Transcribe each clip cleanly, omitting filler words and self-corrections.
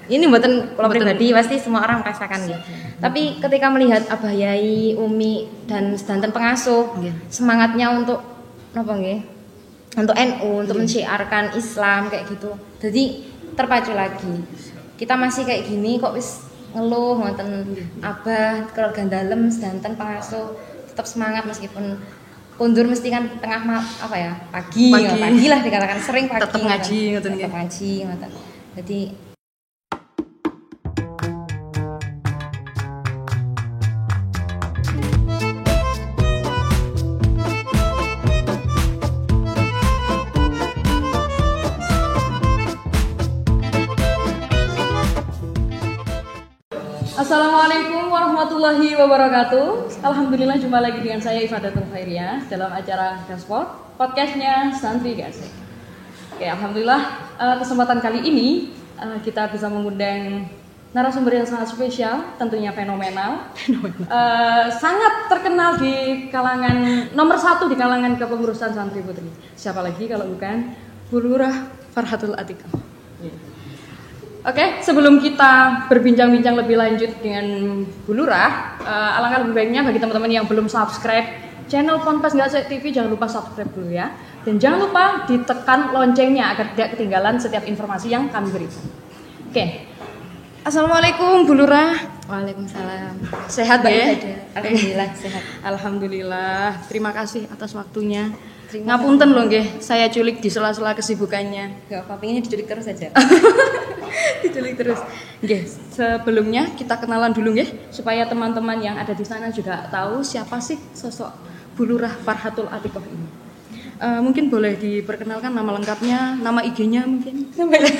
Ini mboten kula pribadi pasti semua orang merasakan gitu. Tapi ketika melihat Abah Yai, Umi dan sedanten pengasuh semangatnya untuk napa nggih? Untuk NU, untuk mensyiarkan Islam kayak gitu. Jadi terpacu lagi. Kita masih kayak gini kok wis ngeluh ngoten Abah, keluarga dalem, sedanten pengasuh tetap semangat meskipun kundur mesti kan tengah pagi lah dikatakan sering pagi tetap ngaji ngoten nggih. Tetap ngaji ngoten. Jadi Assalamualaikum warahmatullahi wabarakatuh. Alhamdulillah jumpa lagi dengan saya Ifadatul Khairiyah dalam acara Gaspol podcastnya Santri Gasek. Oke, alhamdulillah kesempatan kali ini kita bisa mengundang narasumber yang sangat spesial, tentunya fenomenal. Sangat terkenal di kalangan nomor 1 di kalangan kepengurusan santri putri. Siapa lagi kalau bukan Bu Lurah Farhatul Atiqah. Oke, sebelum kita berbincang-bincang lebih lanjut dengan Bu Lurah, alangkah lebih baiknya bagi teman-teman yang belum subscribe channel Ponpes Gasek TV, jangan lupa subscribe dulu ya. Dan jangan lupa ditekan loncengnya agar tidak ketinggalan setiap informasi yang kami berikan. Oke, Assalamualaikum Bu Lurah. Waalaikumsalam. Sehat ya? Alhamdulillah sehat. Alhamdulillah. Terima kasih atas waktunya. Ngapunten loh nggih, saya culik di sela-sela kesibukannya. Enggak apa-apa, ini diculik terus saja. Diculik terus. Nggih, sebelumnya kita kenalan dulu nggih supaya teman-teman yang ada di sana juga tahu siapa sih sosok Bu Lurah Farhatul Atiqah ini. Mungkin boleh diperkenalkan nama lengkapnya, nama IG-nya mungkin.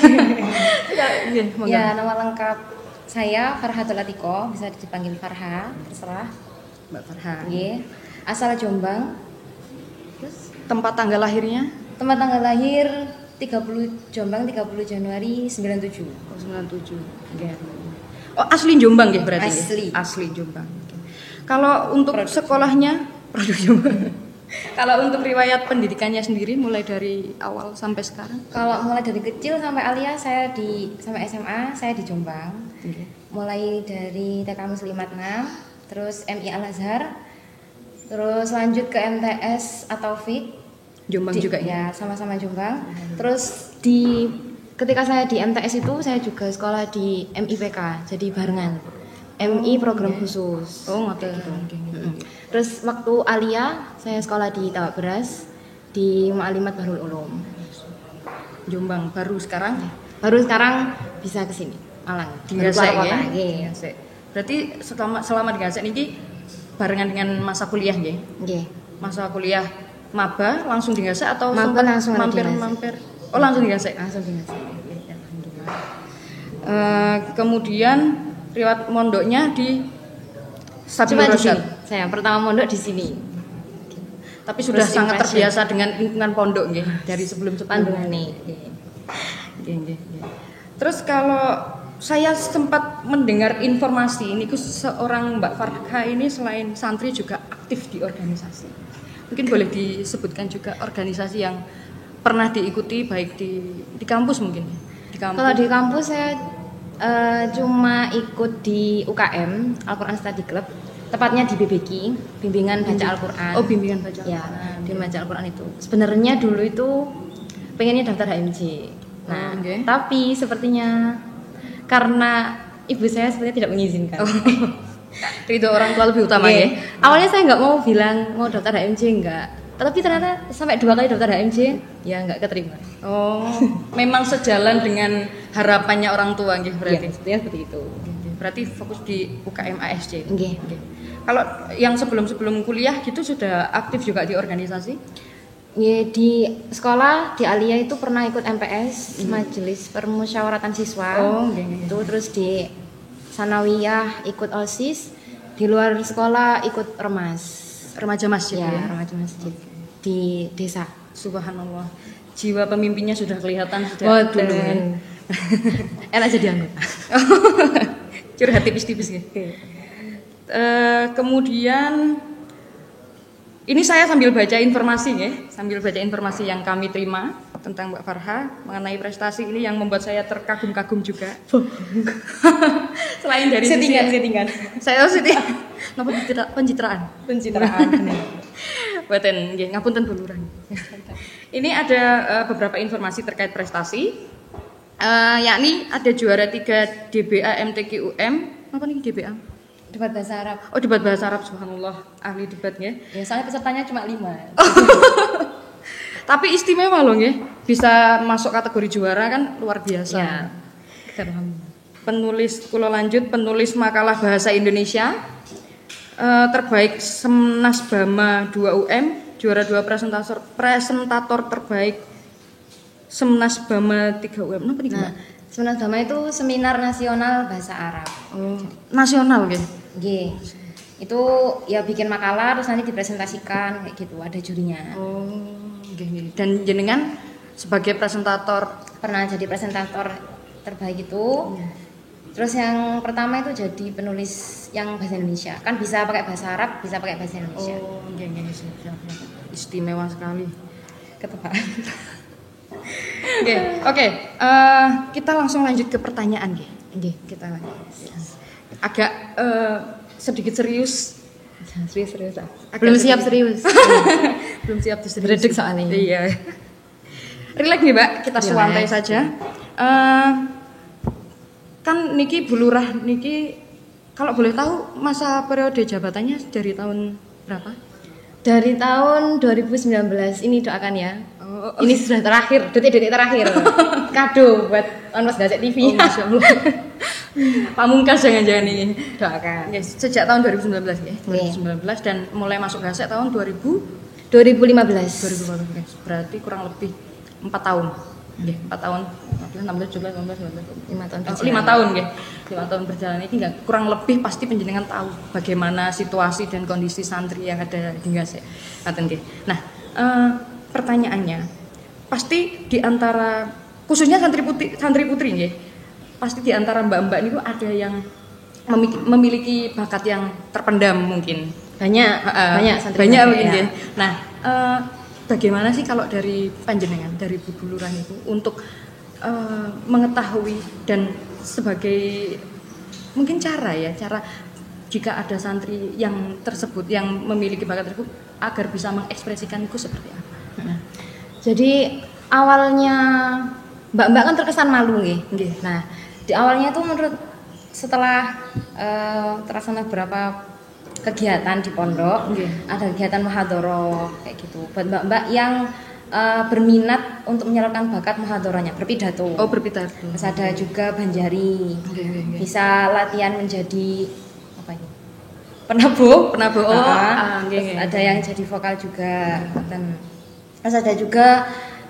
Ya, nama lengkap saya Farhatul Atiqah, bisa dipanggil Farha, terserah. Mbak Farha. Nggih. Asal Jombang. Terus tempat tanggal lahirnya? Tempat tanggal lahir 30 Jombang 30 Januari 97. Oh, 97. Okay. Oh, asli Jombang ya berarti? Asli Jombang. Okay. Kalau untuk sekolahnya produk Jombang. Kalau untuk riwayat pendidikannya sendiri mulai dari awal sampai sekarang? Kalau mulai dari kecil sampai alia sampai SMA saya di Jombang. Okay. Mulai dari TK Muslimat 6, terus MI Al Azhar, terus lanjut ke MTS atau FIK. Jombang juga ya? Sama-sama Jombang. Terus ketika saya di MTS itu saya juga sekolah di MIPK, jadi barengan. MI program khusus. Oh, ngoten gitu. Terus waktu alia saya sekolah di Tawak Beras di Mu'alimat Bahrul Ulum. Jombang baru sekarang bisa ke sini Malang di Gasek ya. Nggih. Berarti selama di Gasek niki barengan dengan masa kuliah nggih? Nggih. Masa kuliah maba langsung di Gasek atau langsung mampir? Oh, langsung di Gasek. Langsung di Gasek. Alhamdulillah. Kemudian riwayat mondoknya di Sabilur Rasyad. Saya pertama mondok di sini. Tapi sudah sangat terbiasa dengan lingkungan pondok nggih dari sebelum-sebelumnya. Nggih. Terus kalau saya sempat mendengar informasi ini seorang Mbak Farha ini selain santri juga aktif di organisasi. Mungkin boleh disebutkan juga organisasi yang pernah diikuti baik di kampus mungkin. Kalau di kampus saya cuma ikut di UKM Al-Quran Study Club, tepatnya di BBQ, bimbingan baca Al-Quran. Oh, bimbingan baca Al-Quran. Ya, bimbingan baca Al-Quran itu. Sebenarnya dulu itu pengennya daftar HMJ. Nah, tapi sepertinya karena ibu saya sepertinya tidak mengizinkan. Itu orang tua lebih utama ya. Awalnya saya nggak mau bilang mau daftar HMJ enggak. Tapi ternyata sampai 2 kali daftar HMJ ya nggak keterima. Oh, memang sejalan dengan harapannya orang tua nggih berarti. Ya, sepertinya seperti itu. Berarti fokus di UKM ASC. Nggih. Kalau yang sebelum kuliah gitu sudah aktif juga di organisasi? Ya, di sekolah di Alia itu pernah ikut MPS, Majelis Permusyawaratan Siswa. Itu terus di Sanawiyah ikut OSIS, di luar sekolah ikut remaja masjid ya. Remaja masjid di desa. Subhanallah, jiwa pemimpinnya sudah kelihatan sejak dulu ya. Enak jadi anggota. Curhat tipis-tipis ya. Kemudian ini saya sambil baca informasi ya, yang kami terima. tentang Mbak Farha mengenai prestasi ini yang membuat saya terkagum-kagum juga. Selain dari settingan. Saya napa pencitraan. Boten nggih, ngapunten buluran. Ini ada beberapa informasi terkait prestasi. Yakni ada juara 3 DBA MTQ-UM. Apa nih DBA? Debat bahasa Arab. Oh, debat bahasa Arab, subhanallah, ahli debat ya. Ya, soalnya pesertanya cuma 5. Tapi istimewa loh nggih, bisa masuk kategori juara kan luar biasa. Ya. Penulis kula lanjut, penulis makalah bahasa Indonesia. Terbaik Semnas Bama 2 UM, juara 2 presentator terbaik Semnas Bama 3 UM. Napa nih, Mbak? Semnas Bama itu seminar nasional bahasa Arab. Oh, nasional nggih. Nggih. Itu ya bikin makalah terus nanti dipresentasikan kayak gitu, ada jurinya. Oh, nggih. Dan jenengan sebagai presentator Pernah jadi presentator terbaik itu. Terus yang pertama itu jadi penulis yang bahasa Indonesia. Kan bisa pakai bahasa Arab, bisa pakai bahasa Indonesia. Oh, nggih. Istimewa sekali. Ketepaan. Oke. Kita langsung lanjut ke pertanyaan nggih. Nggih. Kita agak sedikit serius. Serius. Agak Belum sedikit. siap serius. Belum siap serius. Beredek soalnya. Iya. Relax nih, Mbak. Kita santai saja. Kan niki Bu Lurah niki kalau boleh tahu masa periode jabatannya dari tahun berapa? Dari tahun 2019 ini doakan ya. Oh, ini sudah terakhir, detik-detik terakhir. Kado buat Onwas Gazette TV. Oh, Masya Allah. Pamungkas jangan-jangan ini. Doakan. Yes, sejak tahun 2019 ya. Iya. 2019 dan mulai masuk Gazette tahun 2015. 2015. Berarti kurang lebih 4 tahun. Nggih, 4 tahun. 16, 17, 18, 19. 5 tahun. 5 tahun nggih. 5 tahun berjalan ini enggak kurang lebih pasti panjenengan tahu bagaimana situasi dan kondisi santri yang ada di Gazette. Ngaten nggih. Nah, pertanyaannya pasti di antara khususnya santri putri nggih. Pasti di antara mbak-mbak niku ada yang memiliki bakat yang terpendam mungkin. Banyak santri. Banyak mungkin ya. Nah, bagaimana sih kalau dari panjenengan dari Bu Lurah itu untuk mengetahui dan sebagai mungkin cara jika ada santri yang tersebut yang memiliki bakat tersebut agar bisa mengekspresikan itu seperti apa? Nah. Jadi awalnya mbak-mbak kan terkesan malu nggih. Nah, di awalnya itu menurut setelah terlaksana beberapa kegiatan di pondok, ada kegiatan muhadharah kayak gitu. Buat mbak-mbak yang berminat untuk menyalurkan bakat muhadharahnya, berpidato. Oh, berpidato. Terus ada juga banjari. Bisa latihan menjadi apa ini? Penabuh. Terus ada yang jadi vokal juga. Terus ada juga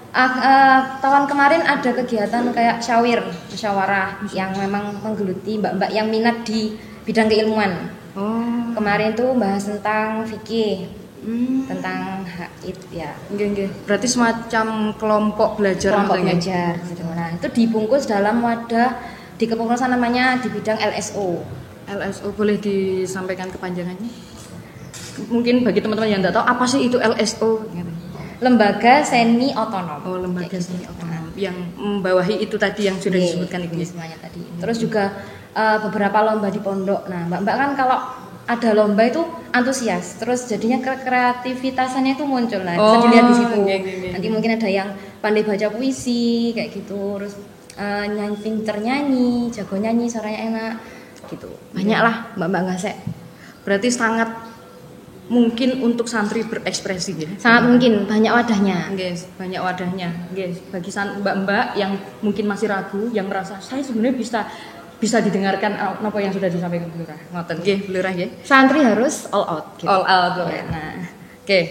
tahun kemarin ada kegiatan kayak musyawarah yang memang menggeluti mbak-mbak yang minat di bidang keilmuan. Oh. Kemarin tuh bahas tentang fikih, tentang haid ya. Berarti semacam kelompok belajar. Gitu. Nah, itu dibungkus dalam wadah di kepengurusan namanya di bidang LSO. LSO boleh disampaikan kepanjangannya? Mungkin bagi teman-teman yang tidak tahu apa sih itu LSO? Lembaga Seni Otonom. Oh, lembaga seni otonom yang membawahi itu tadi yang sudah disebutkan itu semuanya tadi. Terus juga beberapa lomba di pondok. Nah, mbak-mbak kan kalau ada lomba itu antusias, terus jadinya kreativitasannya itu muncul lah. Bisa dilihat di situ. Nanti mungkin ada yang pandai baca puisi kayak gitu, terus pinter nyanyi, jago nyanyi, suaranya enak gitu. Banyak lah mbak-mbak Gazette. Berarti sangat mungkin untuk santri berekspresi ya. Sangat mungkin, banyak wadahnya. Guys, banyak wadahnya. Guys, bagi mbak-mbak yang mungkin masih ragu, yang merasa saya sebenarnya bisa didengarkan apa yang sudah disampaikan Bu Lurah. Ngoten nggih, Bu Lurah nggih. Santri harus all out gitu. All out. Ya. Nah, oke.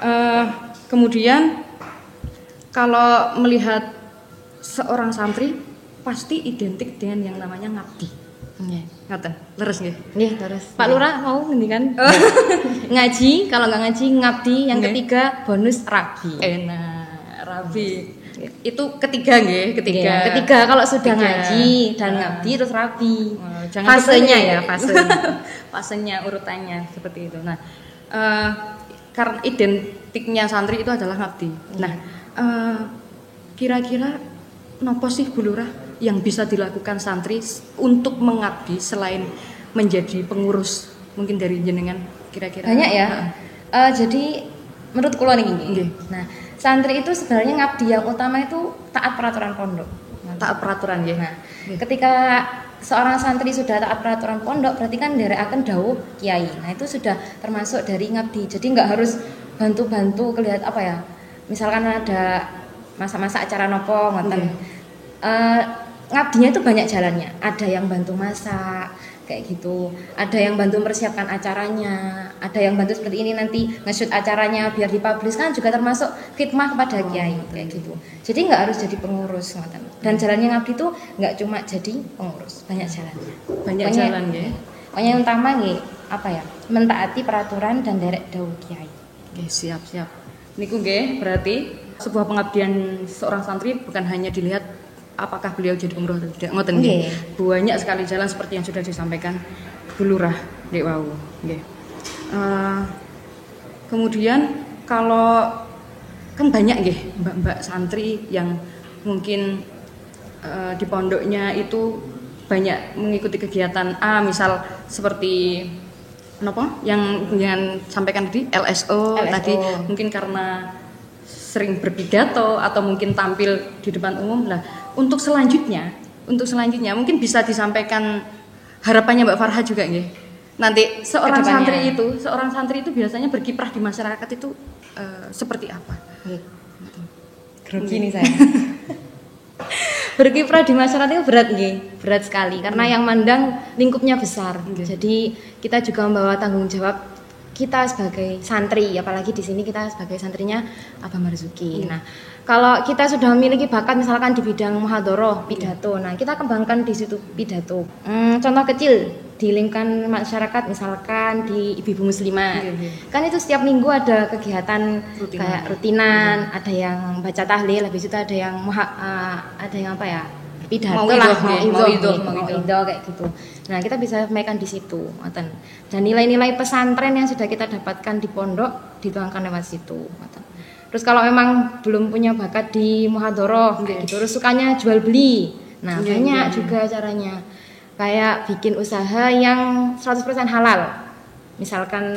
Kemudian kalau melihat seorang santri pasti identik dengan yang namanya ngabdi. Nggih. Ngoten, leres nggih. Nggih, terus. Pak Lurah mau ngendikan? Ngaji, kalau nggak ngaji ngabdi, yang ketiga bonus rabi. Enak, rabi. Itu ketiga nggih, ketiga kalau sudah ngaji dan ngabdi terus rabi. Fasenya ya, fasenya urutannya seperti itu. Nah, karena identiknya santri itu adalah ngabdi. Nah, kira-kira nopo sih Bu Lurah yang bisa dilakukan santri untuk mengabdi selain menjadi pengurus, mungkin dari jenengan kira-kira? Banyak ya. Jadi menurut kula nih gini. Nggih. Nah, santri itu sebenarnya ngabdi yang utama itu taat peraturan pondok. Taat peraturan ya. Nah, ketika seorang santri sudah taat peraturan pondok, berarti kan nderekaken dawuh kiai. Nah, itu sudah termasuk dari ngabdi. Jadi nggak harus bantu-bantu kelihatan apa ya. Misalkan ada masa-masa acara nopo ngoten. Ngabdinya itu banyak jalannya. Ada yang bantu masak kayak gitu. Ada yang bantu mempersiapkan acaranya. Ada yang bantu seperti ini nanti nge-shoot acaranya biar dipublish, kan juga termasuk khidmah kepada kiai kayak gitu. Jadi nggak harus jadi pengurus ngoten. Dan jalannya ngabdi itu nggak cuma jadi pengurus, banyak jalannya. Banyak Pokoknya, jalan ya. Pokoknya yang utama nih apa ya? Mentaati peraturan dan derek dawuh kiai. Oke, siap. Niku nggih, berarti sebuah pengabdian seorang santri bukan hanya dilihat apakah beliau jadi pengurus atau tidak, ngoten nggih. Banyak sekali jalan seperti yang sudah disampaikan Bu Lurah Dek Wau. Nggih. Kemudian kalau kan banyak nggih mbak-mbak santri yang mungkin di pondoknya itu banyak mengikuti kegiatan misal seperti yang sampaikan tadi LSO tadi, mungkin karena sering berpidato atau mungkin tampil di depan umum lah. Untuk selanjutnya mungkin bisa disampaikan harapannya Mbak Farha juga nggih. Nanti seorang santri itu biasanya berkiprah di masyarakat itu seperti apa? Grogi nih saya. Berkiprah di masyarakat itu berat sekali karena yang mandang lingkupnya besar. Jadi kita juga membawa tanggung jawab kita sebagai santri, apalagi di sini kita sebagai santrinya Abah Marzuki. Nah, kalau kita sudah memiliki bakat misalkan di bidang muhadharah, pidato, nah kita kembangkan di situ pidato. Contoh kecil di lingkungan masyarakat, misalkan di ibu-ibu muslimah, kan itu setiap minggu ada kegiatan kayak rutinan, ada yang baca tahlil, habis itu ada yang apa ya, pidato mau kayak gitu. Nah, kita bisa sampaikan di situ, dan nilai-nilai pesantren yang sudah kita dapatkan di pondok dituangkan lewat situ. Terus kalau memang belum punya bakat di muhadharah, gitu, terus sukanya jual beli, nah banyak juga caranya. Kayak bikin usaha yang 100% halal. Misalkan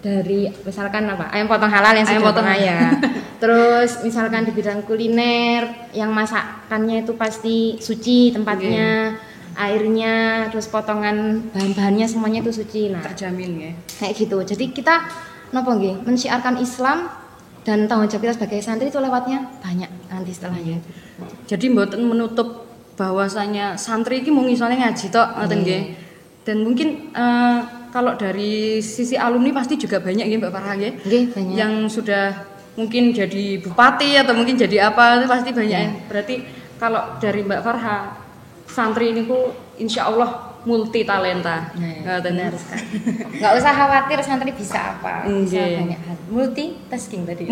ayam potong halal yang sudah pernah ya. Terus misalkan di bidang kuliner yang masakannya itu pasti suci tempatnya, airnya, terus potongan bahan-bahannya semuanya itu suci. Nah, terjamin ya. Kayak gitu. Jadi kita mensyiarkan Islam dan tanggung jawab kita sebagai santri itu lewatnya banyak nanti setelahnya. Jadi mboten menutup bahwasanya santri ini mau ngisone ngaji tok ngoten nggih. Dan mungkin kalau dari sisi alumni pasti juga banyak nggih Mbak Farha nggih. Banyak. Yang sudah mungkin jadi bupati atau mungkin jadi apa itu pasti banyak. Berarti kalau dari Mbak Farha, santri ini ku insya Allah multi talenta. Benar sekali. Nggak usah khawatir santri bisa apa. Bisa banyak hal. Multitasking tadi.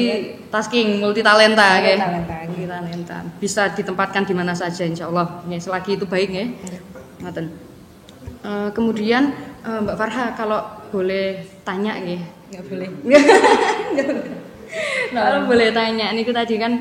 Multi talenta. Bisa ditempatkan di mana saja insya Allah. Selagi itu baik ya. Ngoten. Kemudian Mbak Farha kalau boleh tanya nggih. Nggak boleh. Kalau boleh tanya, niku tadi kan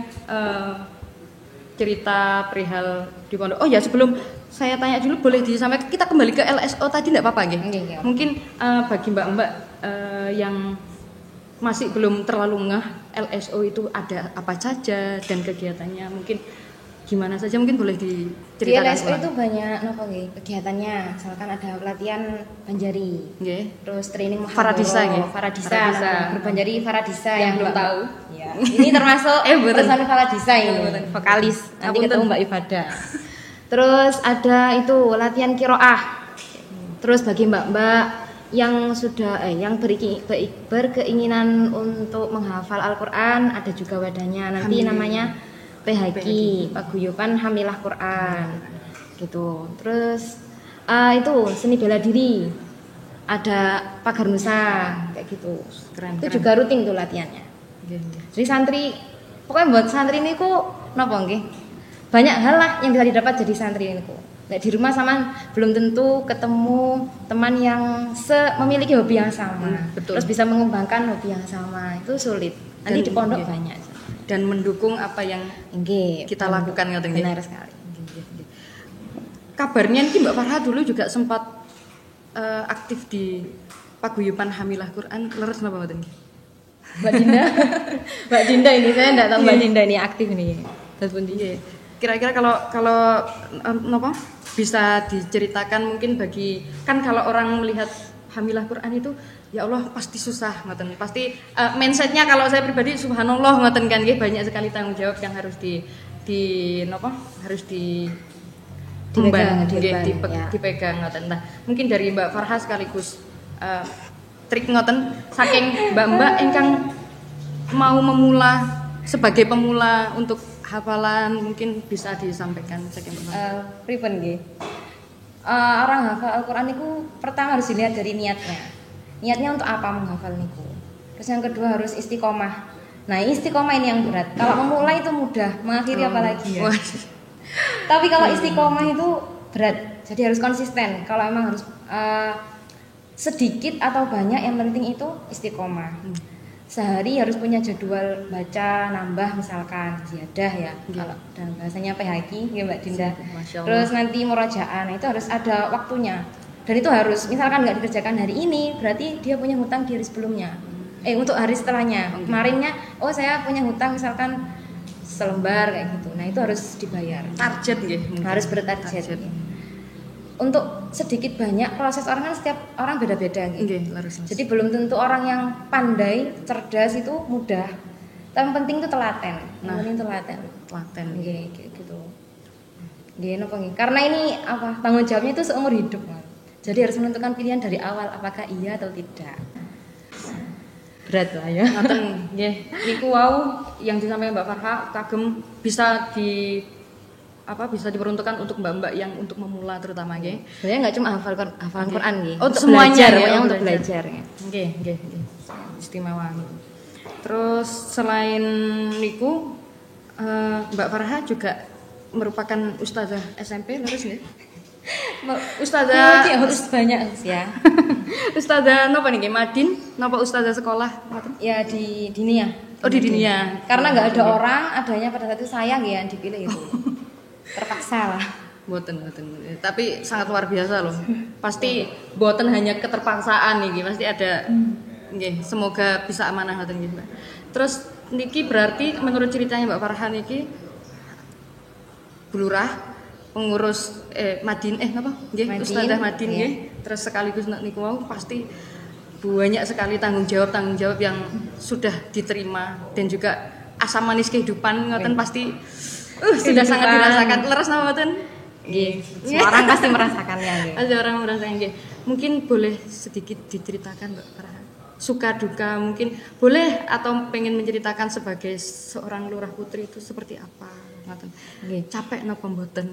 cerita perihal di pondok. Oh ya, sebelum saya tanya dulu boleh disampaikan, kita kembali ke LSO tadi enggak apa-apa nggih? Mungkin bagi mbak-mbak yang masih belum terlalu ngeh LSO itu ada apa saja dan kegiatannya mungkin gimana saja, mungkin boleh diceritakan. Di LSO itu banyak kegiatannya. Misalkan ada pelatihan Banjari. Terus training Faradisa. Guru Banjari Faradisa yang belum tahu. Ya. Ini termasuk perusahaan Faradisa ini. Vokalis. Nanti ketemu Mbak Ifada. Terus ada itu latihan kiroah. Terus bagi mbak-mbak yang sudah yang berkeinginan untuk menghafal Al-Quran, ada juga wadahnya. Nanti namanya PHQ, Paguyuban Hamilah Quran gitu. Terus itu seni bela diri, ada pagar nusa kayak gitu. Keren. Juga rutin tuh latihannya. Jadi santri, pokoknya buat santri ini banyak hal lah yang bisa didapat jadi santri ini di rumah sama belum tentu ketemu teman yang memiliki hobi yang sama. Terus bisa mengembangkan hobi yang sama, itu sulit. Nanti di pondok banyak. dan mendukung apa yang kita lakukan ngoten nggih. Benar sekali. Kabarnya ini Mbak Farha dulu juga sempat aktif di paguyuban Hamilah Quran, leres napa mboten nggih? Mbak Dinda. Mbak Dinda ini saya enggak tahu Mbak Dinda ini aktif nih. Terus pun dia. Kira-kira kalau napa bisa diceritakan mungkin bagi kan kalau orang melihat Hamilah Quran itu ya Allah pasti susah ngoten. Pasti mindsetnya kalau saya pribadi subhanallah ngoten kan nggih, banyak sekali tanggung jawab yang harus dipegang ngoten. Nah, mungkin dari Mbak Farha sekaligus trik ngoten saking mbak-mbak ingkang mau memula sebagai pemula untuk hafalan mungkin bisa disampaikan saking pripun nggih. Orang hafal Al-Qur'an itu pertama harus dilihat dari niatnya. Niatnya untuk apa menghafal niku. Terus yang kedua harus istiqomah. Nah, istiqomah ini yang berat. Kalau memulai itu mudah, mengakhiri apalagi ya. Tapi kalau istiqomah itu berat. Jadi harus konsisten. Kalau emang harus sedikit atau banyak yang penting itu istiqomah. Sehari harus punya jadwal baca nambah misalkan ziyadah ya. Kalau dalam bahasanya PHQ ya Mbak Dinda. Terus nanti murojaah, nah itu harus ada waktunya. Dan itu harus misalkan nggak dikerjakan hari ini berarti dia punya hutang di hari sebelumnya. Untuk hari setelahnya. Kemarinnya saya punya hutang misalkan selembar kayak gitu. Nah, itu harus dibayar. Target nggih. Harus bertarget. Untuk sedikit banyak proses orang kan setiap orang beda-beda gitu. Jadi belum tentu orang yang pandai, cerdas itu mudah. Tapi yang penting itu telaten. Nah, ini telaten gitu. Nggih napa nggih? Karena ini tanggung jawabnya itu seumur hidup. Jadi harus menentukan pilihan dari awal apakah iya atau tidak. Berat lah ya. Ngoten nggih. Niku wau yang disampaikan Mbak Farha kagem bisa diperuntukkan untuk mbak-mbak yang untuk memula terutama nggih. Sebenarnya enggak cuma hafalan Quran nggih. Untuk semuanya ya, untuk belajar ya. Nggih. Istimewa. Terus selain niku Mbak Farha juga merupakan ustazah SMP terus nggih. Ustazah harus banyak ya. Ustazah napa niki Madin? Napa ustazah sekolah? Ya di Dinia. Oh di Dinia. Karena enggak ada orang, adanya pada saat itu saya nggih yang dipilih itu. Terpaksa lah. Boten. Tapi sangat luar biasa loh. Pasti boten hanya keterpaksaan niki, pasti ada nggih, semoga bisa amanah ngoten nggih, Mbak. Terus niki berarti menurut ceritanya Mbak Farha niki Bulurah pengurus Madin nggih, Ustazah Madin nggih. Terus sekaligus niku wau pasti banyak sekali tanggung jawab yang sudah diterima dan juga asam manis kehidupan ngoten pasti sudah sangat dirasakan. Leres napa mboten? Nggih. Semua orang pasti merasakannya nggih. Ada orang merasakan nggih. Mungkin boleh sedikit diceritakan Mbak Farha. Suka duka mungkin boleh atau pengen menceritakan sebagai seorang lurah putri itu seperti apa ngoten. Nggih, capek napa mboten?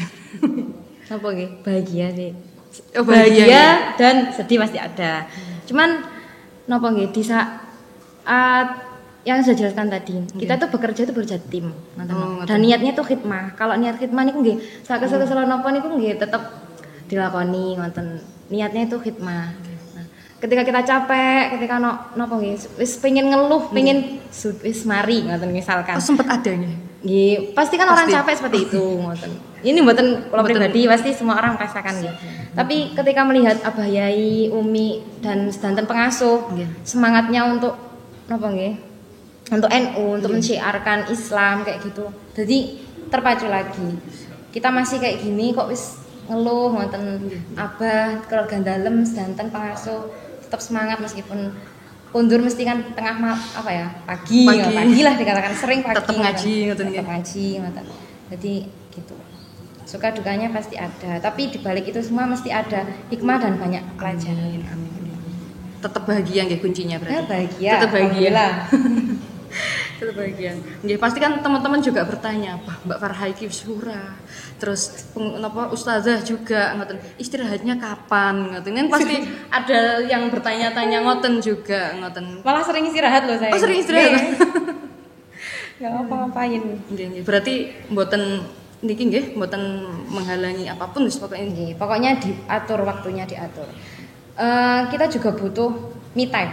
Napa nggih? Bahagia sih. Oh, bahagia dan sedih pasti ada. Cuman napa nggih di saat yang saya jelaskan tadi, kita tuh bekerja itu berjatim, dan niatnya tuh khidmah. Kalau niat khidmah niku nggih, sak kesel-kesel napa niku nggih tetep dilakoni ngoten. Niatnya itu khidmah. Nah, ketika kita capek, ketika napa nggih, wis pengen ngeluh, pengen wis mari ngoten misalkan. Sempet ada nggih. Nggih, pasti kan orang capek seperti itu ngoten. Ini mboten kula pribadi, pasti semua orang merasakan nggih. Tapi ketika melihat Abah Yai, Umi dan sedanten pengasuh, semangatnya untuk napa nggih? Untuk NU, untuk menciarkan Islam kayak gitu. Jadi terpacu lagi. Kita masih kayak gini kok wis ngeluh ngoten Abah, keluarga dalem, sedanten pengasuh tetap semangat meskipun undur mesti kan tengah pagi lah dikatakan sering pagi. Tetap ngaji ngoten nggih. Tetap ngaji ngoten. Jadi gitu. Suka dukanya pasti ada, tapi di balik itu semua mesti ada hikmah dan banyak pelajaran. Amin. Tetap bahagia nggih kuncinya berarti. Bahagia. Tetap bahagia. Tetap bahagia. Nggih, pasti kan teman-teman juga bertanya, Mbak Farha iki surah. Terus ustazah juga ngoten, istirahatnya kapan ngoten. Kan pasti ada yang bertanya-tanya ngoten juga ngoten. Malah sering istirahat loh saya. Oh, sering istirahat. Enggak apa-ngapain. Nggih. Berarti mboten niki nggih, mboten menghalangi apapun wis pokoknya nggih. Pokoknya diatur waktunya diatur. Kita juga butuh me time.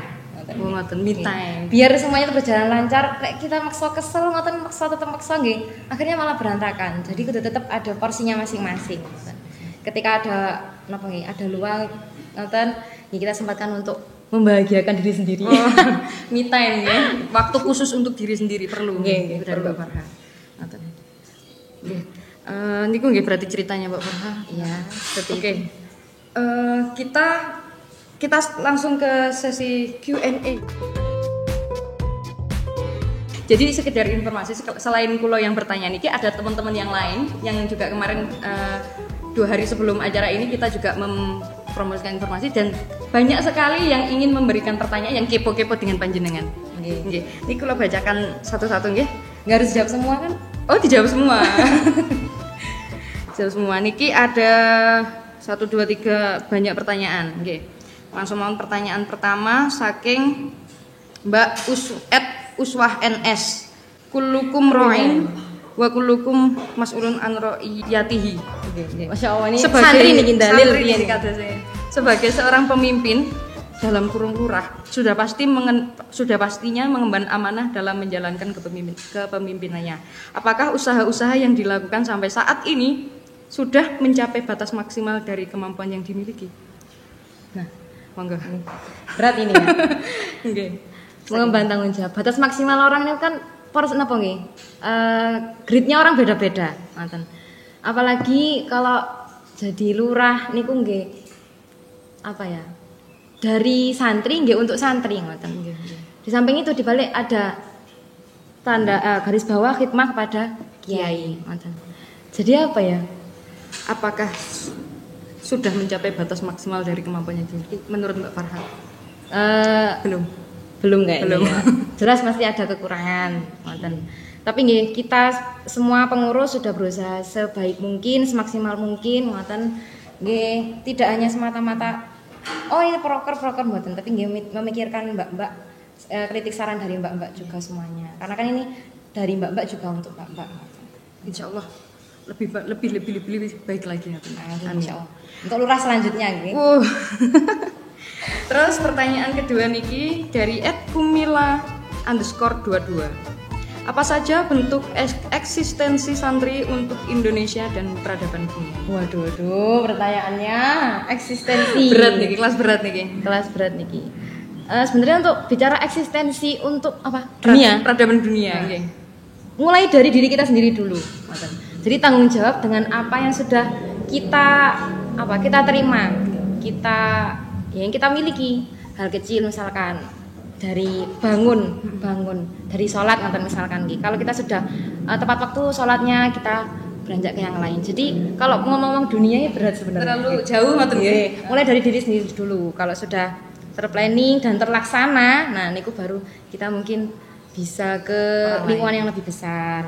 Oh, ngoten me time. Biar semuanya itu berjalan lancar. Nek kita maksa kesel ngoten tetep maksa nggih. Akhirnya malah berantakan. Jadi kudu tetep ada porsinya masing-masing. Ketika ada napa nggih, ada luang ngoten, ya kita sempatkan untuk membahagiakan diri sendiri. Me time ya. Waktu khusus untuk diri sendiri perlu. Nggih, dari Mbak Farha. Ngoten. Nggih. Niku nggih berarti ceritanya Mbak Farha. Iya, seperti Oke. Kita langsung ke sesi Q&A. Jadi sekedar informasi, selain kulo yang bertanya niki ada teman-teman yang lain yang juga kemarin 2 hari sebelum acara ini kita juga mempromosikan informasi dan banyak sekali yang ingin memberikan pertanyaan yang kepo-kepo dengan panjenengan. Nggih. Ini kulo bacakan satu-satu nggih. Nggak harus dijawab semua kan? Oh, dijawab semua. Dijawab semua. Niki ada 1 2 3 banyak pertanyaan. Nggih. Langsung mau pertanyaan pertama saking Mbak Uswah NS. Kullukum ra'in wa kullukum mas'ulun an ra'iyatihi. Nggih. Masya Allah ini Sebagai santri niki dalil santri piye niki kadose. Sebagai seorang pemimpin dalam kurung lurah sudah pastinya mengemban amanah dalam menjalankan kepemimpinannya. Apakah usaha-usaha yang dilakukan sampai saat ini sudah mencapai batas maksimal dari kemampuan yang dimiliki? Nah, monggo. berat ini ya. Nggih. Mengemban tanggung jawab. Batas maksimal orang ini kan pors napa nggih? Gridnya orang beda-beda, ngoten. Apalagi kalau jadi lurah niku nggih apa ya? Dari santri nggih untuk santri ngoten. Di samping itu dibalik ada tanda garis bawah khidmah kepada kiai ngoten. Jadi apa ya? Apakah sudah mencapai batas maksimal dari kemampuannya dimiliki menurut Mbak Farha? Belum kayaknya. Belum. Ya. Jelas masih ada kekurangan ngoten. Tapi nggih kita semua pengurus sudah berusaha sebaik mungkin, semaksimal mungkin ngoten. Nggih, tidak hanya semata-mata oh ini proker mboten, tapi nggih memikirkan mbak-mbak, kritik saran dari mbak-mbak juga semuanya. Karena kan ini dari mbak-mbak juga untuk mbak-mbak. Insya Allah lebih baik lagi ya teman. Insya Allah. Untuk lurah selanjutnya nggih. Terus pertanyaan kedua niki dari @kumila_22. Apa saja bentuk eksistensi santri untuk Indonesia dan peradaban dunia? Waduh, pertanyaannya eksistensi. Berat niki, kelas berat niki. Sebenarnya untuk bicara eksistensi untuk apa? Dunia. Peradaban dunia. Nah, mulai dari diri kita sendiri dulu. Jadi tanggung jawab dengan apa yang sudah kita terima, yang kita miliki. Hal kecil misalkan dari bangun dari sholat nanti misalkan kalau kita sudah tepat waktu sholatnya kita beranjak ke yang lain. Jadi kalau ngomong dunia ini berat sebenarnya. Terlalu jauh ngoten nggih. Mulai dari diri sendiri dulu. Kalau sudah terplanning dan terlaksana, nah niku baru kita mungkin bisa ke lingkungan yang lebih besar.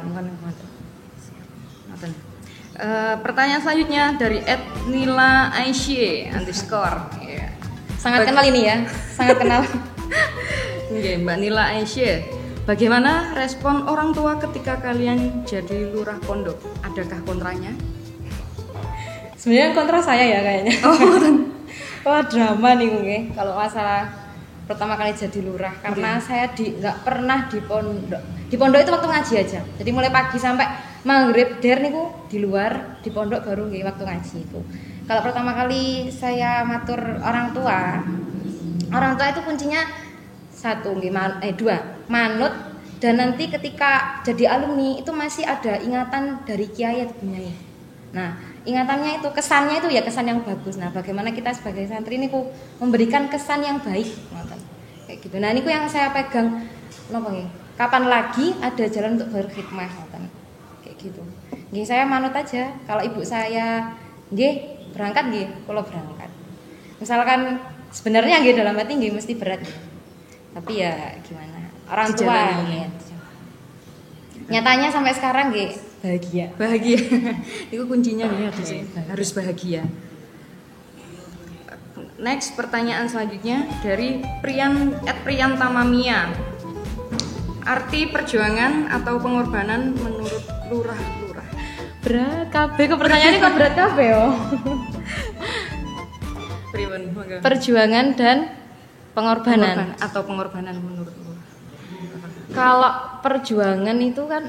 Pertanyaan selanjutnya dari @nila_aisyah_. Sangat kenal ini ya, sangat kenal. Oke, Mbak Nila Aisyah, bagaimana respon orang tua ketika kalian jadi lurah pondok? Adakah kontranya? Sebenarnya kontra saya ya kayaknya. Wah drama nih nggih. Kalau masalah pertama kali jadi lurah, karena saya nggak pernah di pondok. Di pondok itu waktu ngaji aja. Jadi mulai pagi sampai maghrib niku di luar, di pondok baru nggih waktu ngaji itu. Kalau pertama kali saya matur orang tua itu kuncinya dua, manut, dan nanti ketika jadi alumni itu masih ada ingatan dari kiai atau bunyai. Nah, ingatannya itu, kesannya itu ya kesan yang bagus. Nah, bagaimana kita sebagai santri ini memberikan kesan yang baik, kayak gitu. Nah, ini yang saya pegang, kapan lagi ada jalan untuk berkhidmah, kayak gitu. Nggih, saya manut aja. Kalau ibu saya, berangkat, kalau berangkat. Misalkan sebenarnya dalam hati mesti berat. Tapi ya gimana? Orang tua nyatanya sampai sekarang bahagia. Itu kuncinya harus bahagia. Next, pertanyaan selanjutnya dari @priyantamamia. Arti perjuangan atau pengorbanan menurut lurah. Berat kabeh, pertanyaannya kok berat kabeh yo. Pripun? Perjuangan dan Pengorbanan. atau pengorbanan menurut Lurah? Kalau perjuangan itu kan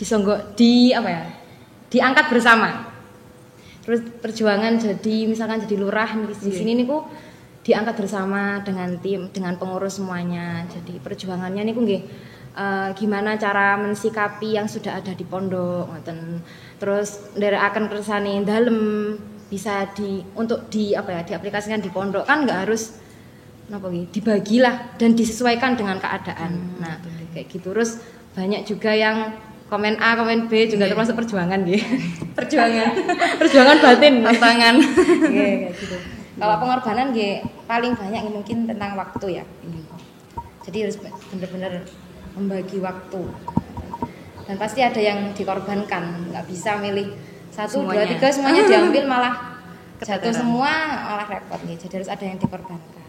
diangkat bersama. Terus perjuangan jadi misalkan jadi lurah di sini niku diangkat bersama dengan tim, dengan pengurus semuanya. Jadi perjuangannya niku nggih gimana cara mensikapi yang sudah ada di pondok ngoten. Terus nderekaken kersane dalem bisa diaplikasikan di pondok kan nggak harus dibagilah dan disesuaikan dengan keadaan. Nah, kayak gitu. Terus banyak juga yang komen A, komen B juga termasuk perjuangan gitu. Perjuangan batin, tantangan. Kayak gitu. Kalau pengorbanan paling banyak mungkin tentang waktu ya. Jadi harus benar-benar membagi waktu. Dan pasti ada yang dikorbankan, nggak bisa milih 1, 2, 3 semuanya diambil malah jatuh semua, malah repot gitu. Jadi harus ada yang dikorbankan.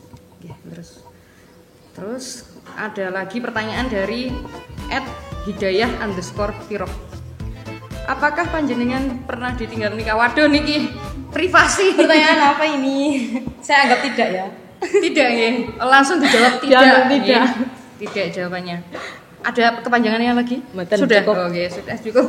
Terus ada lagi pertanyaan dari @hidayah_pirok. Apakah panjenengan pernah ditinggal nikah? Waduh niki privasi. Pertanyaan apa ini? Saya anggap tidak ya. Tidak ya. Langsung dijawab tidak. Tidak jawabannya. Ada kepanjangannya lagi? Sudah. Oke, sudah cukup.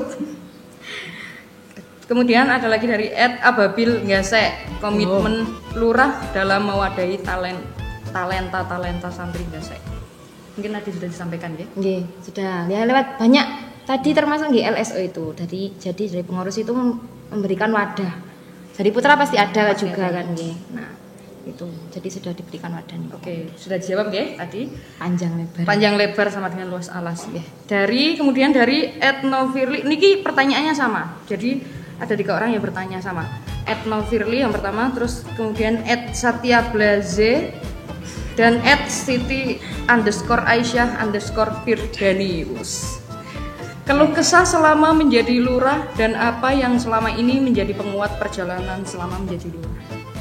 Kemudian ada lagi dari @ababil ngasek, komitmen lurah dalam mewadahi talenta santri ngasek. Mungkin tadi sudah disampaikan ya? Nggih, sudah. Ya lewat banyak tadi termasuk LSO itu. Jadi dari pengurus itu memberikan wadah. Jadi putra pasti ada juga kan nggih. Nah, itu. Jadi sudah diberikan wadah nih. Oke, sudah dijawab nggih tadi? Panjang lebar sama dengan luas alas nggih. Kemudian dari @novirli niki pertanyaannya sama. Jadi ada 3 orang yang bertanya sama. @novirli yang pertama, terus kemudian @satyablaze dan @siti_aisyah_firdanius. Keluh kesah selama menjadi lurah dan apa yang selama ini menjadi penguat perjalanan selama menjadi lurah.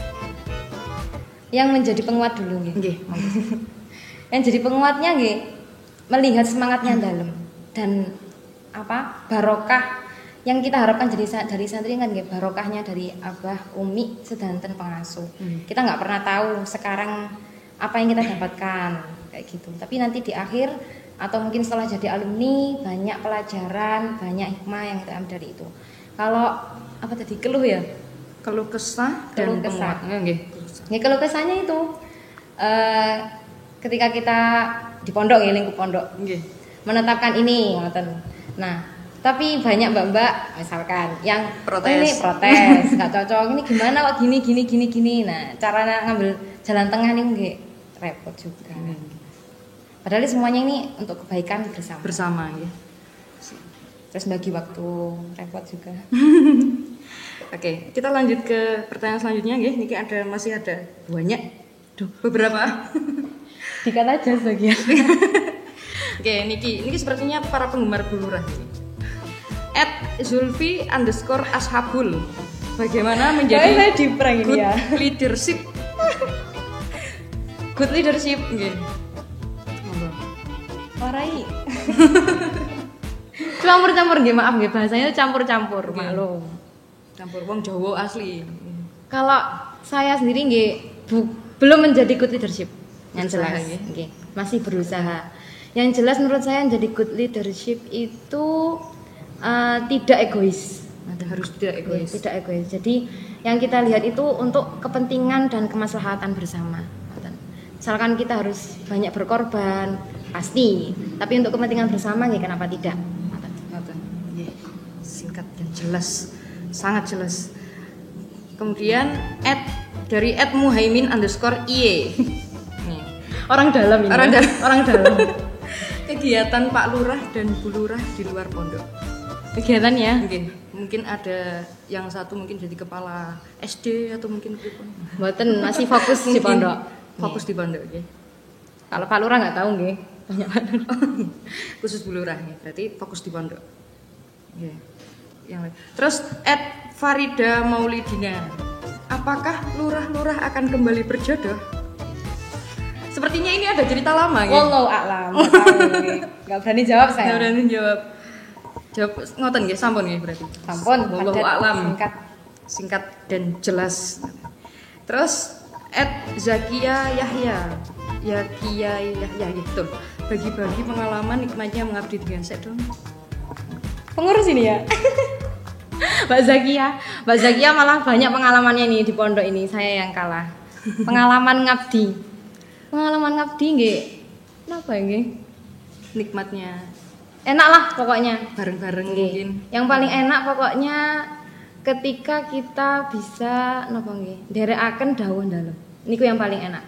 Yang menjadi penguat dulu nggih. Yang jadi penguatnya nggih melihat semangatnya dalam dan barokah yang kita harapkan dari santri kan nggih, barokahnya dari Abah, Umi, sedanten pengasuh. Kita nggak pernah tahu sekarang apa yang kita dapatkan kayak gitu. Tapi nanti di akhir atau mungkin setelah jadi alumni banyak pelajaran, banyak hikmah yang kita ambil dari itu. Kalau keluh ya? Keluh kesah dan penguat. Keluh kesahnya itu ketika kita di pondok ya, lingkup pondok. Menetapkan ini ngoten. Nah, tapi banyak mbak-mbak misalkan yang protes, nggak cocok, ini gimana kok gini. Nah, caranya ngambil jalan tengah nih nggih repot juga. Padahal semuanya ini untuk kebaikan bersama ya. Terus bagi waktu repot juga. Oke, kita lanjut ke pertanyaan selanjutnya nggih. Niki masih ada banyak. Beberapa. Dikat aja sebagian. Oke, niki sepertinya para penggemar bulurah ini. @zulfi_ashabul. Bagaimana menjadi good leadership? Good leadership nggih. Warai. Campur-campur nggih, maaf nggih, bahasanya campur-campur, maklum. Campur wong Jawa asli. Kalau saya sendiri nggih belum menjadi good leadership. Yang jelas nggih, masih berusaha. Yang jelas menurut saya menjadi good leadership itu tidak egois. Harus tidak egois. Tidak egois. Jadi yang kita lihat itu untuk kepentingan dan kemaslahatan bersama. Misalkan kita harus banyak berkorban, pasti. Tapi untuk kepentingan bersama, ya kenapa tidak? Singkat dan jelas, sangat jelas. Kemudian dari @muhaimin_iye. Orang dalam ini. Orang dalam. Kegiatan Pak Lurah dan Bu Lurah di luar pondok. Kegiatan ya? Mungkin ada yang satu mungkin jadi kepala SD atau mungkin mboten masih fokus di pondok. Fokus di pondok ya. Kalau Pak Lurah nggak tahu nggih. Banyak khusus Bu Lurah ya. Berarti fokus di pondok. Ya. Terus @farida maulidina. Apakah lurah-lurah akan kembali berjodoh? Sepertinya ini ada cerita lama ya. Wallahu a'lam. Enggak berani jawab saya. Enggak berani jawab. Jawab ngoten nggih, sampun nggih berarti. Sampun, wallahu a'lam. Singkat dan jelas. Terus @zakia yahya. ya kiai ya gitu. Bagi-bagi pengalaman nikmatnya mengabdi di Gasek dong. Pengurus ini ya. Mbak Zakia malah banyak pengalamannya nih di pondok ini, saya yang kalah. Pengalaman ngabdi nggih. Napa nggih? Nikmatnya Enak lah pokoknya. bareng-bareng Nggih. mungkin. Yang paling enak pokoknya ketika kita bisa napa nggih, nderekaken dawuh dalem. Niku yang paling enak.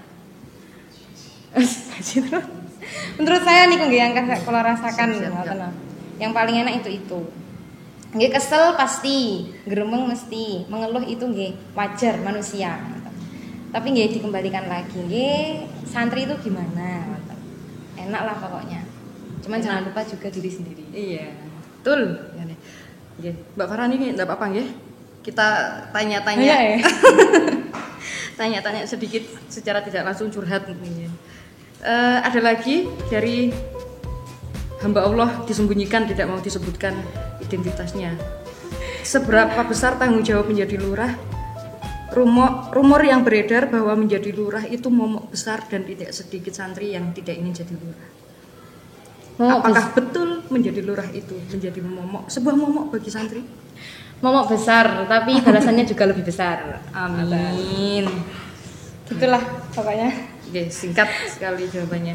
Menurut saya niku nggih yang kula rasakan ngoten. Yang paling enak itu. Nggih kesel pasti, gremeng mesti, mengeluh itu nggih wajar manusia. Tapi nggih dikembalikan lagi nggih, santri itu gimana? Enak lah pokoknya. Cuman jangan lupa juga diri sendiri. Iya, betul. Ya, Mbak Farah ini enggak apa-apa nggih. Kita tanya-tanya. Iya, ya. Tanya-tanya sedikit secara tidak langsung curhat mungkin. Ada lagi dari hamba Allah disembunyikan, tidak mau disebutkan identitasnya. Seberapa besar tanggung jawab menjadi lurah? Rumor yang beredar bahwa menjadi lurah itu momok besar dan tidak sedikit santri yang tidak ingin jadi lurah. Apakah betul menjadi lurah itu menjadi momok, sebuah momok bagi santri? Momok besar, tapi balasannya juga lebih besar. Amin. Itulah pokoknya. Oke, singkat sekali jawabannya.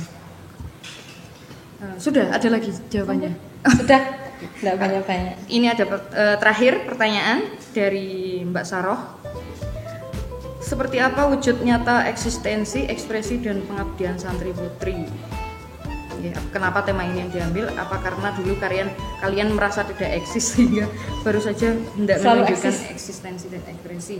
Sudah ada lagi jawabannya. Sudah, enggak banyak-banyak. Ini ada terakhir pertanyaan dari Mbak Saroh. Seperti apa wujud nyata eksistensi, ekspresi dan pengabdian santri putri? Ya, kenapa tema ini yang diambil? Apa karena dulu kalian merasa tidak eksis sehingga baru saja hendak menunjukkan eksistensi dan ekspresi?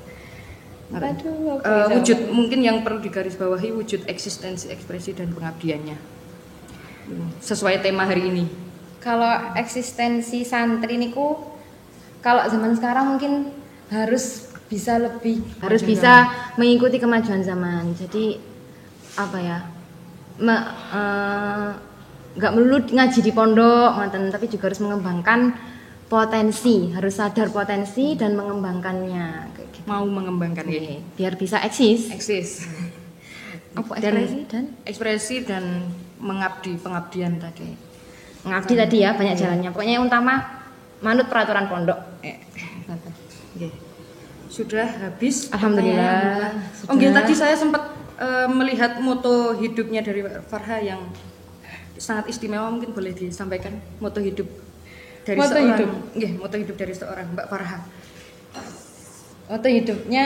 Wujud mungkin yang perlu digarisbawahi wujud eksistensi, ekspresi dan pengabdiannya sesuai tema hari ini. Kalau eksistensi santri niku, kalau zaman sekarang mungkin harus bisa mengikuti kemajuan zaman. Jadi apa ya? Nggak melulu ngaji di pondok, tapi juga harus mengembangkan potensi, harus sadar potensi dan mengembangkannya. Gitu. Mau mengembangkan ya, biar bisa eksis. Apa ekspresi dan pengabdian tadi. Mengabdi tadi ya banyak jalannya. Pokoknya yang utama manut peraturan pondok. Sudah habis. Alhamdulillah. Tadi saya sempat melihat moto hidupnya dari Farha yang sangat istimewa, mungkin boleh disampaikan moto hidup dari moto hidup dari seorang Mbak Farha. Moto hidupnya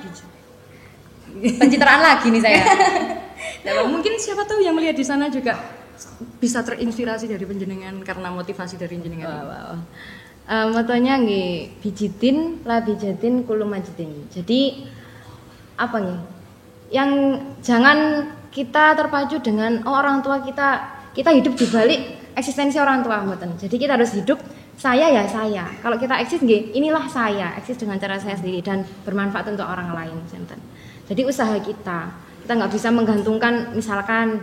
pencitraan lagi nih saya. Mungkin siapa tahu yang melihat di sana juga bisa terinspirasi dari panjenengan karena motivasi dari panjenengan. Motonya nggih bijitin la bijatin kulo majidin. Jadi apa nih? Yang jangan kita terpacu dengan orang tua kita hidup di balik eksistensi orang tua mboten. Jadi kita harus hidup saya ya saya. Kalau kita eksis nggih, inilah saya, eksis dengan cara saya sendiri dan bermanfaat untuk orang lain janten. Jadi usaha kita nggak bisa menggantungkan misalkan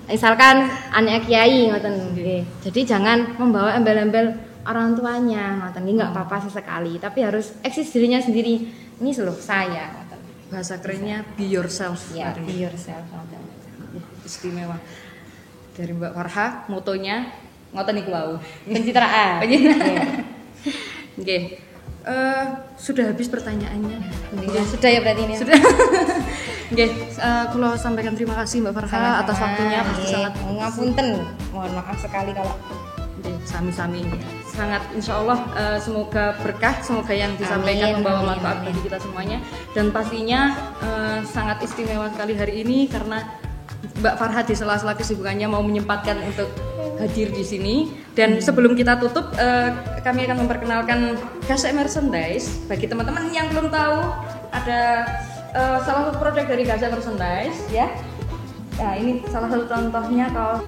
anak kiai ngoten nggih. Jadi jangan membawa embel-embel orang tuanya ngoten nggih, nggak apa-apa sesekali, tapi harus eksis dirinya sendiri. Ini loh saya ngoten. Bahasa kerennya be yourself. Ya, be yourself. Istimewa. Dari Mbak Farha, motonya ngoten niku wau. Pencitraan. Oke. Sudah habis pertanyaannya. Sudah ya berarti ini. Sudah. Oke, kula sampaikan terima kasih Mbak Farha atas waktunya. Pasti sangat ngapunten. Mohon maaf sekali kalau sami-sami. Sangat insyaallah semoga berkah, semoga yang disampaikan membawa manfaat bagi kita semuanya, dan pastinya sangat istimewa sekali hari ini karena Mbak Farha di sela-sela kesibukannya mau menyempatkan untuk hadir di sini. Dan sebelum kita tutup, kami akan memperkenalkan Gasek Merchandise. Bagi teman-teman yang belum tahu, ada salah satu produk dari Gasek Merchandise ya. Nah, ini salah satu contohnya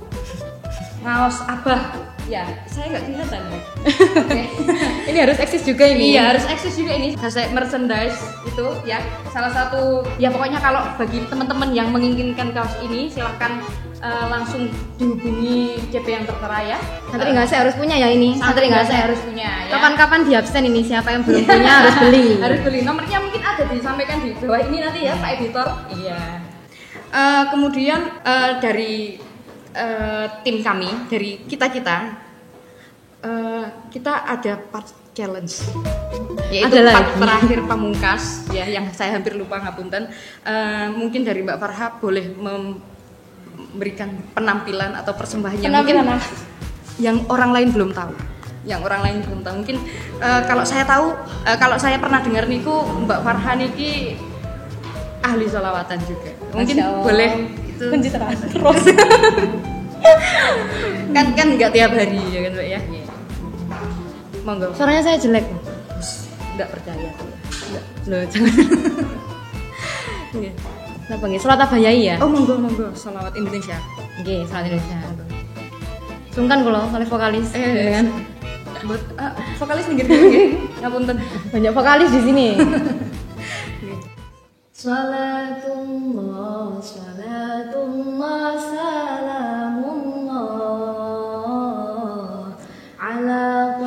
kaos Abah. Ya, saya nggak kelihatan ya. Okay. Ini harus eksis juga ini. Iya, harus eksis juga ini. Gasek Merchandise itu ya, salah satu ya, pokoknya kalau bagi teman-teman yang menginginkan kaos ini silahkan langsung dihubungi CP yang tertera ya. Santri Gasek harus punya ya ini. Santri Gasek harus punya ya. Kapan-kapan di absen ini, siapa yang belum punya harus beli. Harus beli. Nomornya mungkin ada disampaikan di bawah ini nanti ya, Pak Editor. Iya. Kemudian dari tim kami, dari kita ada part challenge, yaitu Ada part lagi. terakhir pamungkas ya, yang saya hampir lupa, ngapunten. Mungkin dari Mbak Farha boleh memberikan penampilan atau persembahan yang mungkin Penampilan apa? yang orang lain belum tahu. Mungkin kalau saya tahu, kalau saya pernah dengar niku Mbak Farha niki ahli sholawatan juga. Mungkin Masya Allah. boleh itu Pencitraan terus. kan nggak tiap hari ya kan Mbak ya. Monggo. Suaranya saya jelek. Nggak percaya. Loh, jangan. Nggih. Napa nggih? Salat abayai ya? Oh monggo sholawat Indonesia. Nggih, salat Indonesia. Sungkan kula oleh vokalis, ya kan? Buat vokalis minggir nggih. Ngapunten. Banyak vokalis di sini. Nggih. Salatullah, salamullah ala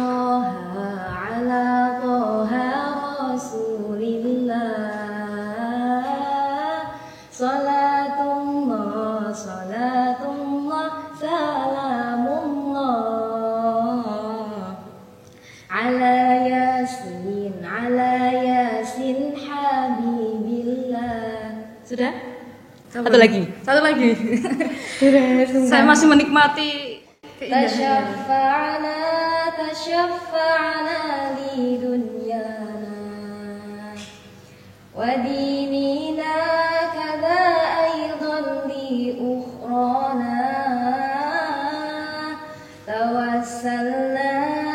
Taha Rasulillah. Salatullah, salamullah ala Yasin Habibillah. Sudah? Satu lagi. Saya masih menikmati keindahannya. Tasyaffa'na li dunyana wa dinina kadza aidan li ukhrana tawassalna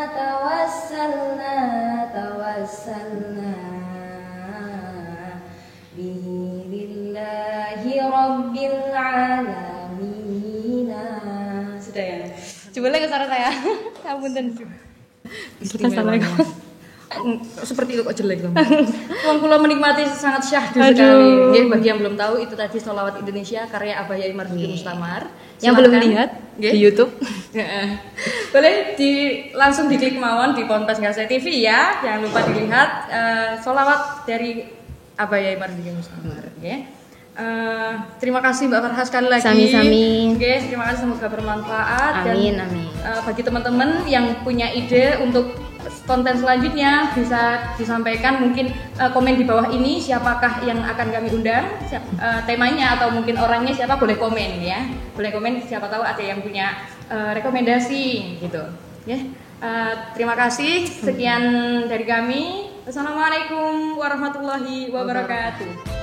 bihi lillahi rabbil alamin. Sudah ya? Coba lagi suara saya. Apunten. Assalamualaikum. Seperti itu kok jelek dong. Wong kula menikmati sangat syahdu Aduh. sekali. Nggih, bagi yang belum tahu itu tadi sholawat Indonesia karya Abah Marzuki Mustamar. Yang belum lihat di YouTube. Boleh langsung diklik mawon di Ponpes Gasai TV ya. Jangan lupa dilihat sholawat dari Abah Marzuki Mustamar. Terima kasih Mbak Farha sekali lagi. Sami-sami. Terima kasih, semoga bermanfaat. Amin, Dan amin. bagi teman-teman yang punya ide untuk konten selanjutnya bisa disampaikan, mungkin komen di bawah ini siapakah yang akan kami undang, temanya atau mungkin orangnya siapa, boleh komen ya. Boleh komen, siapa tahu ada yang punya rekomendasi gitu. Terima kasih. Sekian dari kami. Wassalamualaikum warahmatullahi wabarakatuh.